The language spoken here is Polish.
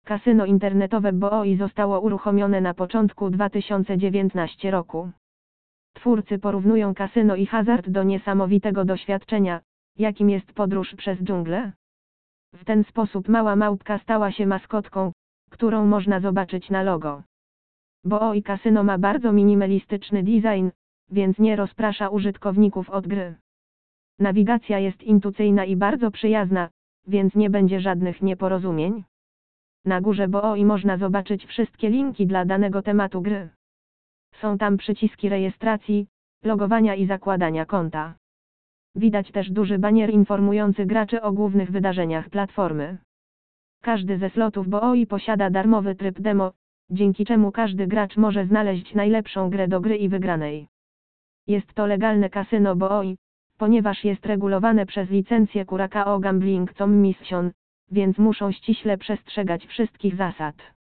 Kasyno internetowe BOI zostało uruchomione na początku 2019 roku. Twórcy porównują kasyno i hazard do niesamowitego doświadczenia, jakim jest podróż przez dżunglę. W ten sposób mała małpka stała się maskotką, którą można zobaczyć na logo. BOI kasyno ma bardzo minimalistyczny design, więc nie rozprasza użytkowników od gry. Nawigacja jest intuicyjna i bardzo przyjazna, więc nie będzie żadnych nieporozumień. Na górze BOI można zobaczyć wszystkie linki dla danego tematu gry. Są tam przyciski rejestracji, logowania i zakładania konta. Widać też duży banier informujący graczy o głównych wydarzeniach platformy. Każdy ze slotów BOI posiada darmowy tryb demo, dzięki czemu każdy gracz może znaleźć najlepszą grę do gry i wygranej. Jest to legalne kasyno BOI, ponieważ jest regulowane przez licencję Curacao Gambling Commission, więc muszą ściśle przestrzegać wszystkich zasad.